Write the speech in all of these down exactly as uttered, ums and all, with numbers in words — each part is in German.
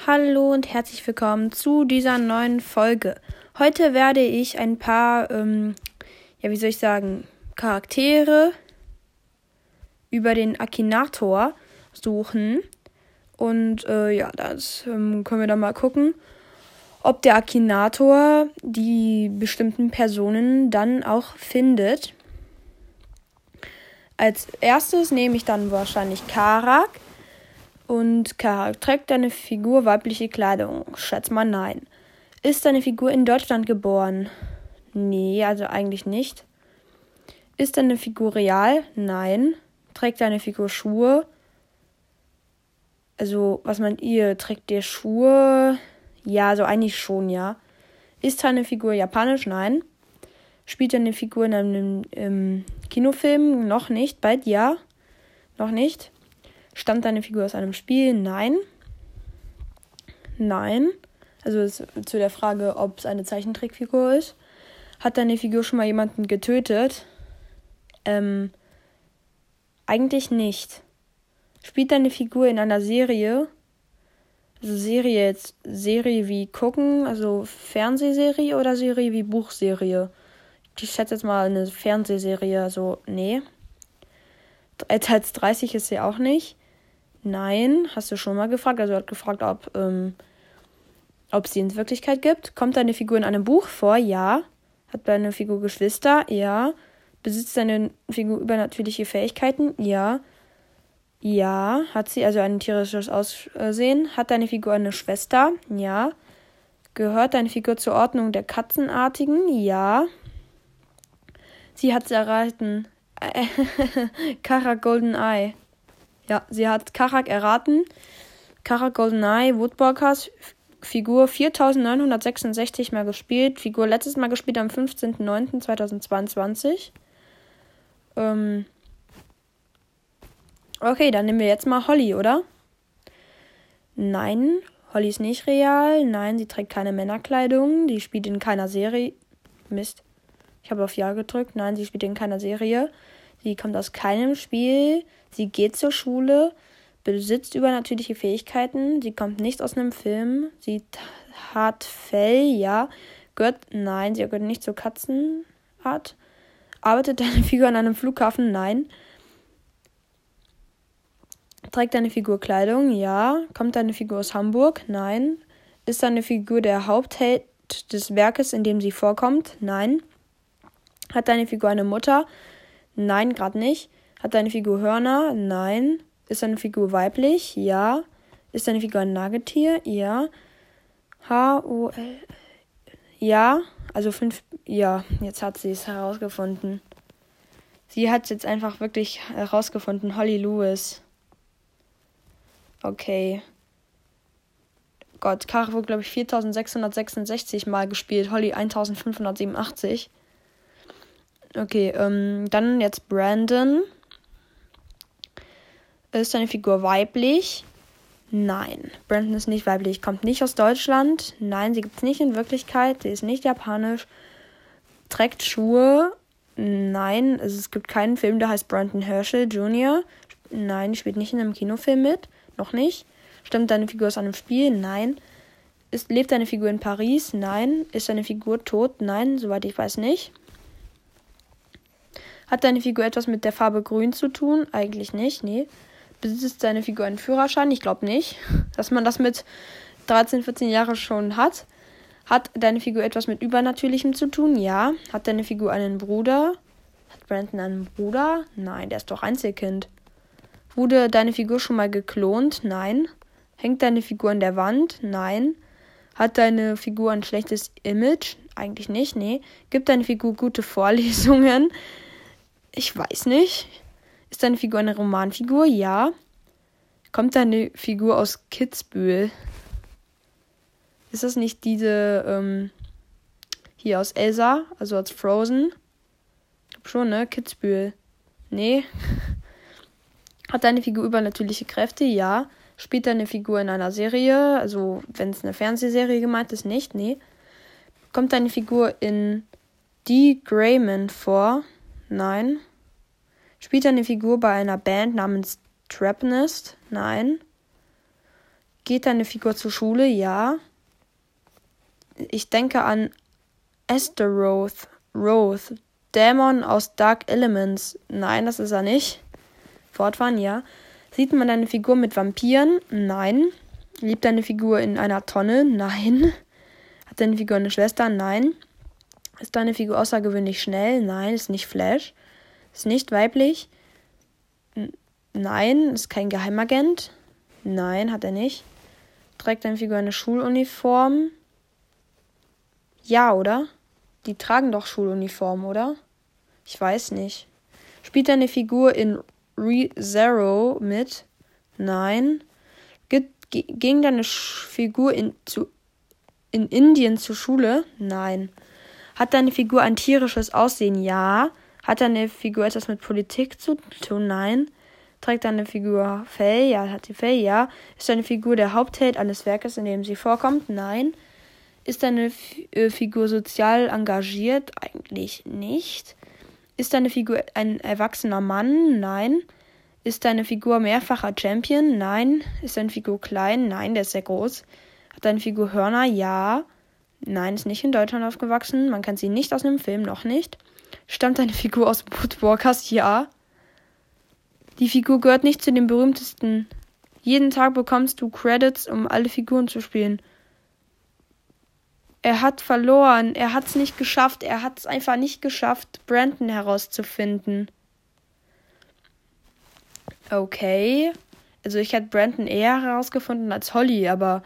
Hallo und herzlich willkommen zu dieser neuen Folge. Heute werde ich ein paar, ähm, ja, wie soll ich sagen, Charaktere über den Akinator suchen. Und äh, ja, das ähm, können wir dann mal gucken, ob der Akinator die bestimmten Personen dann auch findet. Als erstes nehme ich dann wahrscheinlich Karak. Und Karak, trägt deine Figur weibliche Kleidung? Schätz mal nein. Ist deine Figur in Deutschland geboren? Nee, also eigentlich nicht. Ist deine Figur real? Nein. Trägt deine Figur Schuhe? Also, was meint ihr? Trägt ihr Schuhe? Ja, also eigentlich schon, ja. Ist deine Figur japanisch? Nein. Spielt deine Figur in einem ähm, Kinofilm? Noch nicht. Bald ja. Noch nicht. Stammt deine Figur aus einem Spiel? Nein. Nein. Also ist zu der Frage, ob es eine Zeichentrickfigur ist. Hat deine Figur schon mal jemanden getötet? Ähm, eigentlich nicht. Spielt deine Figur in einer Serie? Also Serie jetzt, Serie wie gucken, also Fernsehserie oder Serie wie Buchserie? Ich schätze jetzt mal eine Fernsehserie, also nee. Als dreißig ist sie auch nicht. Nein, hast du schon mal gefragt. Also er hat gefragt, ob ähm, ob es die in Wirklichkeit gibt. Kommt deine Figur in einem Buch vor? Ja. Hat deine Figur Geschwister? Ja. Besitzt deine Figur übernatürliche Fähigkeiten? Ja. Ja. Hat sie also ein tierisches Aussehen? Hat deine Figur eine Schwester? Ja. Gehört deine Figur zur Ordnung der Katzenartigen? Ja. Sie hat es erraten. Karak GoldenEye. Ja, sie hat Karak erraten. Karak GoldenEye, Woodwalkers, Figur viertausendneunhundertsechsundsechzig Mal gespielt. Figur letztes Mal gespielt am fünfzehnten neunten zweitausendzweiundzwanzig. Ähm okay, dann nehmen wir jetzt mal Holly, oder? Nein, Holly ist nicht real. Nein, sie trägt keine Männerkleidung. Die spielt in keiner Serie. Mist. Ich habe auf Ja gedrückt. Nein, sie spielt in keiner Serie. Sie kommt aus keinem Spiel. Sie geht zur Schule, besitzt übernatürliche Fähigkeiten. Sie kommt nicht aus einem Film. Sie hat Fell, ja. Gehört, nein, sie gehört nicht zur Katzenart. Arbeitet deine Figur an einem Flughafen? Nein. Trägt deine Figur Kleidung? Ja. Kommt deine Figur aus Hamburg? Nein. Ist deine Figur der Hauptheld des Werkes, in dem sie vorkommt? Nein. Hat deine Figur eine Mutter? Nein, gerade nicht. Hat deine Figur Hörner? Nein. Ist deine Figur weiblich? Ja. Ist deine Figur ein Nagetier? Ja. H O L Ja. Also fünf. Ja, jetzt hat sie es herausgefunden. Sie hat es jetzt einfach wirklich herausgefunden. Holly Lewis. Okay. Gott, Karak wurde, glaube ich, viertausendsechshundertsechsundsechzig Mal gespielt. Holly eintausendfünfhundertsiebenundachtzig. Okay, ähm, dann jetzt Brandon. Ist deine Figur weiblich? Nein. Brandon ist nicht weiblich. Kommt nicht aus Deutschland? Nein, sie gibt es nicht in Wirklichkeit. Sie ist nicht japanisch. Trägt Schuhe? Nein. Also es gibt keinen Film, der heißt Brandon Herschel Junior Nein, die spielt nicht in einem Kinofilm mit. Noch nicht. Stammt deine Figur aus einem Spiel? Nein. Ist, lebt deine Figur in Paris? Nein. Ist deine Figur tot? Nein, soweit ich weiß nicht. Hat deine Figur etwas mit der Farbe grün zu tun? Eigentlich nicht, nee. Besitzt deine Figur einen Führerschein? Ich glaube nicht, dass man das mit dreizehn, vierzehn Jahren schon hat. Hat deine Figur etwas mit Übernatürlichem zu tun? Ja. Hat deine Figur einen Bruder? Hat Brandon einen Bruder? Nein, der ist doch Einzelkind. Wurde deine Figur schon mal geklont? Nein. Hängt deine Figur an der Wand? Nein. Hat deine Figur ein schlechtes Image? Eigentlich nicht, nee. Gibt deine Figur gute Vorlesungen? Ich weiß nicht. Ist deine Figur eine Romanfigur? Ja. Kommt deine Figur aus Kitzbühel? Ist das nicht diese, ähm, hier aus Elsa, also als Frozen? Ich glaube schon, ne? Kitzbühel. Nee. Hat deine Figur übernatürliche Kräfte? Ja. Spielt deine Figur in einer Serie? Also, wenn es eine Fernsehserie gemeint ist, nicht? Nee. Kommt deine Figur in Die Greyman vor? Nein. Spielt deine Figur bei einer Band namens Trapnest? Nein. Geht deine Figur zur Schule? Ja. Ich denke an Astaroth, Roth, Dämon aus Dark Elements. Nein, das ist er nicht. Fortfahren, ja. Sieht man deine Figur mit Vampiren? Nein. Lebt deine Figur in einer Tonne? Nein. Hat deine Figur eine Schwester? Nein. Ist deine Figur außergewöhnlich schnell? Nein. Ist nicht Flash. Ist nicht weiblich? N- Nein. Ist kein Geheimagent? Nein, hat er nicht. Trägt deine Figur eine Schuluniform? Ja, oder? Die tragen doch Schuluniform, oder? Ich weiß nicht. Spielt deine Figur in ReZero mit? Nein. Ge- ge- ging deine Sch- Figur in, zu, in Indien zur Schule? Nein. Hat deine Figur ein tierisches Aussehen? Ja. Hat deine Figur etwas mit Politik zu tun? Nein. Trägt deine Figur Fell? Ja. Hat die Fell? Ja. Ist deine Figur der Hauptheld eines Werkes, in dem sie vorkommt? Nein. Ist deine F- äh, Figur sozial engagiert? Eigentlich nicht. Ist deine Figur ein erwachsener Mann? Nein. Ist deine Figur mehrfacher Champion? Nein. Ist deine Figur klein? Nein, der ist sehr groß. Hat deine Figur Hörner? Ja. Nein, ist nicht in Deutschland aufgewachsen. Man kennt sie nicht aus einem Film, noch nicht. Stammt deine Figur aus Woodwalkers? Ja. Die Figur gehört nicht zu den berühmtesten. Jeden Tag bekommst du Credits, um alle Figuren zu spielen. Er hat verloren. Er hat es nicht geschafft. Er hat es einfach nicht geschafft, Brandon herauszufinden. Okay. Also ich hätte Brandon eher herausgefunden als Holly, aber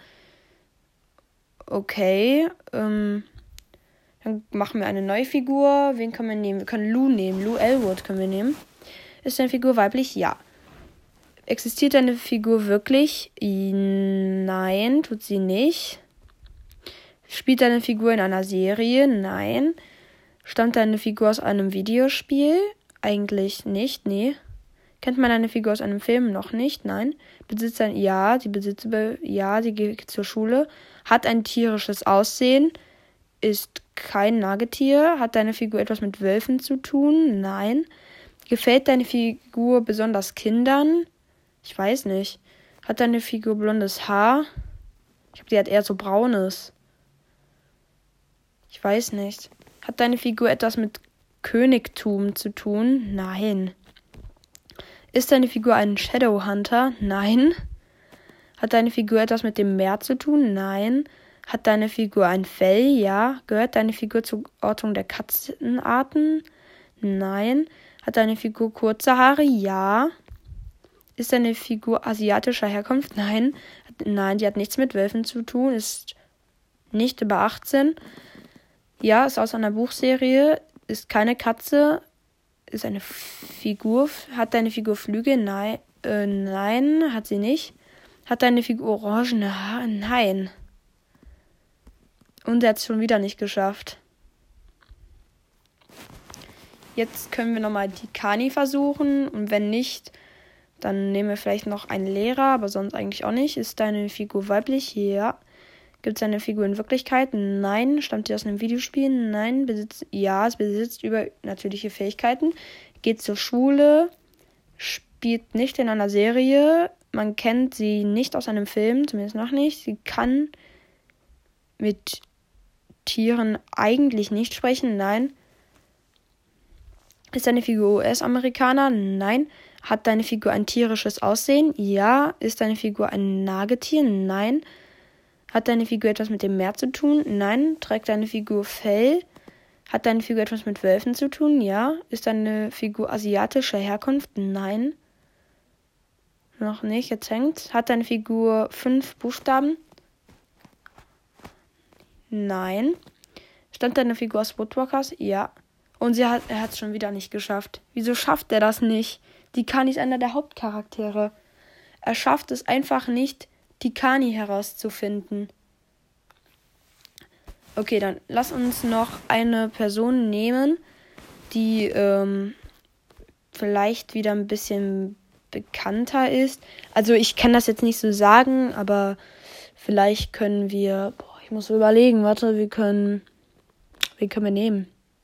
okay. Ähm, dann machen wir eine neue Figur. Wen können wir nehmen? Wir können Lou nehmen. Lou Elwood können wir nehmen. Ist deine Figur weiblich? Ja. Existiert deine Figur wirklich? Nein, tut sie nicht. Spielt deine Figur in einer Serie? Nein. Stammt deine Figur aus einem Videospiel? Eigentlich nicht, nee. Kennt man deine Figur aus einem Film? Noch nicht, nein. Besitzt ein, ja, sie besitzt, ja, sie geht zur Schule. Hat ein tierisches Aussehen? Ist kein Nagetier. Hat deine Figur etwas mit Wölfen zu tun? Nein. Gefällt deine Figur besonders Kindern? Ich weiß nicht. Hat deine Figur blondes Haar? Ich glaube, die hat eher so braunes. Ich weiß nicht. Hat deine Figur etwas mit Königtum zu tun? Nein. Ist deine Figur ein Shadowhunter? Nein. Hat deine Figur etwas mit dem Meer zu tun? Nein. Hat deine Figur ein Fell? Ja. Gehört deine Figur zur Ortung der Katzenarten? Nein. Hat deine Figur kurze Haare? Ja. Ist deine Figur asiatischer Herkunft? Nein. Nein, die hat nichts mit Wölfen zu tun. Ist nicht über achtzehn. Ja, ist aus einer Buchserie. Ist keine Katze. Ist eine Figur. Hat deine Figur Flügel? Nein. Äh, nein, hat sie nicht. Hat deine Figur orangene Haare? Nein. Und er hat es schon wieder nicht geschafft. Jetzt können wir nochmal die Kani versuchen. Und wenn nicht, dann nehmen wir vielleicht noch einen Lehrer, aber sonst eigentlich auch nicht. Ist deine Figur weiblich? Ja. Gibt es eine Figur in Wirklichkeit? Nein. Stammt sie aus einem Videospiel? Nein. Besitzt, ja, es besitzt übernatürliche Fähigkeiten. Geht zur Schule. Spielt nicht in einer Serie. Man kennt sie nicht aus einem Film, zumindest noch nicht. Sie kann mit Tieren eigentlich nicht sprechen. Nein. Ist deine Figur U S-Amerikaner? Nein. Hat deine Figur ein tierisches Aussehen? Ja. Ist deine Figur ein Nagetier? Nein. Hat deine Figur etwas mit dem Meer zu tun? Nein. Trägt deine Figur Fell? Hat deine Figur etwas mit Wölfen zu tun? Ja. Ist deine Figur asiatischer Herkunft? Nein. Noch nicht, jetzt hängt's. Hat deine Figur fünf Buchstaben? Nein. Stammt deine Figur aus Woodwalkers? Ja. Und sie hat, er hat es schon wieder nicht geschafft. Wieso schafft er das nicht? Die Kani ist einer der Hauptcharaktere. Er schafft es einfach nicht, die Kani herauszufinden. Okay, dann lass uns noch eine Person nehmen, die ähm, vielleicht wieder ein bisschen bekannter ist. Also ich kann das jetzt nicht so sagen, aber vielleicht können wir, boah, ich muss überlegen, warte, wir können, wen können wir nehmen?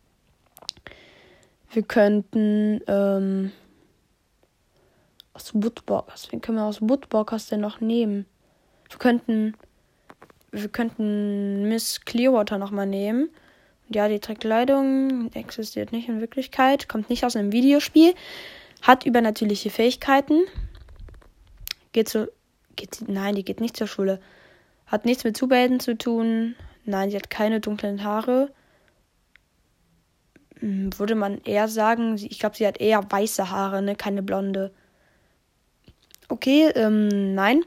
Wir könnten ähm, aus Woodwalkers, wen können wir aus Woodwalkers denn noch nehmen? Wir könnten, wir könnten Miss Clearwater nochmal nehmen. Ja, die trägt Kleidung, existiert nicht in Wirklichkeit, kommt nicht aus einem Videospiel, hat übernatürliche Fähigkeiten. Geht so, geht sie, nein, die geht nicht zur Schule. Hat nichts mit Superhelden zu tun. Nein, sie hat keine dunklen Haare. Hm, würde man eher sagen, ich glaube, sie hat eher weiße Haare, ne, keine blonde. Okay, ähm, nein.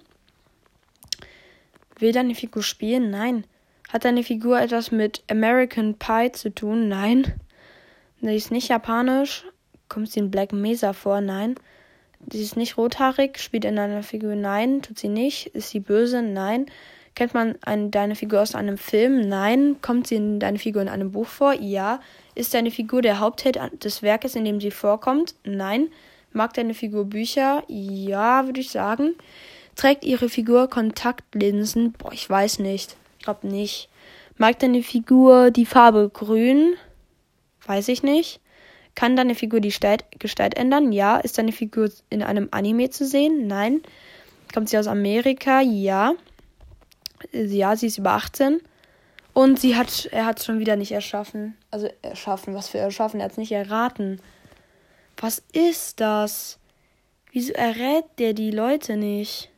Will deine Figur spielen? Nein. Hat deine Figur etwas mit American Pie zu tun? Nein. Sie ist nicht japanisch. Kommt sie in Black Mesa vor? Nein. Sie ist nicht rothaarig. Spielt in einer Figur? Nein. Tut sie nicht. Ist sie böse? Nein. Kennt man eine, deine Figur aus einem Film? Nein. Kommt sie in deine Figur in einem Buch vor? Ja. Ist deine Figur der Hauptheld des Werkes, in dem sie vorkommt? Nein. Mag deine Figur Bücher? Ja, würde ich sagen. Trägt ihre Figur Kontaktlinsen? Boah, ich weiß nicht. Ich glaube nicht. Mag deine Figur die Farbe grün? Weiß ich nicht. Kann deine Figur die Gestalt, Gestalt ändern? Ja. Ist deine Figur in einem Anime zu sehen? Nein. Kommt sie aus Amerika? Ja. Ja, sie ist über achtzehn. Und sie hat, er hat es schon wieder nicht erschaffen. Also erschaffen, was für erschaffen? Er hat es nicht erraten. Was ist das? Wieso errät der die Leute nicht?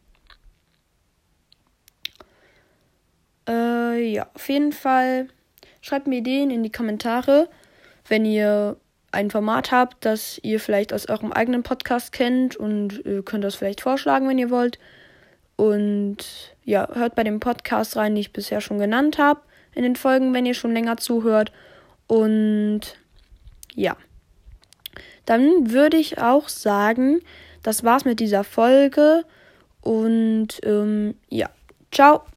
Äh, ja, auf jeden Fall schreibt mir Ideen in die Kommentare, wenn ihr ein Format habt, das ihr vielleicht aus eurem eigenen Podcast kennt und ihr könnt das vielleicht vorschlagen, wenn ihr wollt. Und ja, hört bei dem Podcast rein, die ich bisher schon genannt habe, in den Folgen, wenn ihr schon länger zuhört. Und ja, dann würde ich auch sagen, das war's mit dieser Folge. Und ähm, ja, ciao.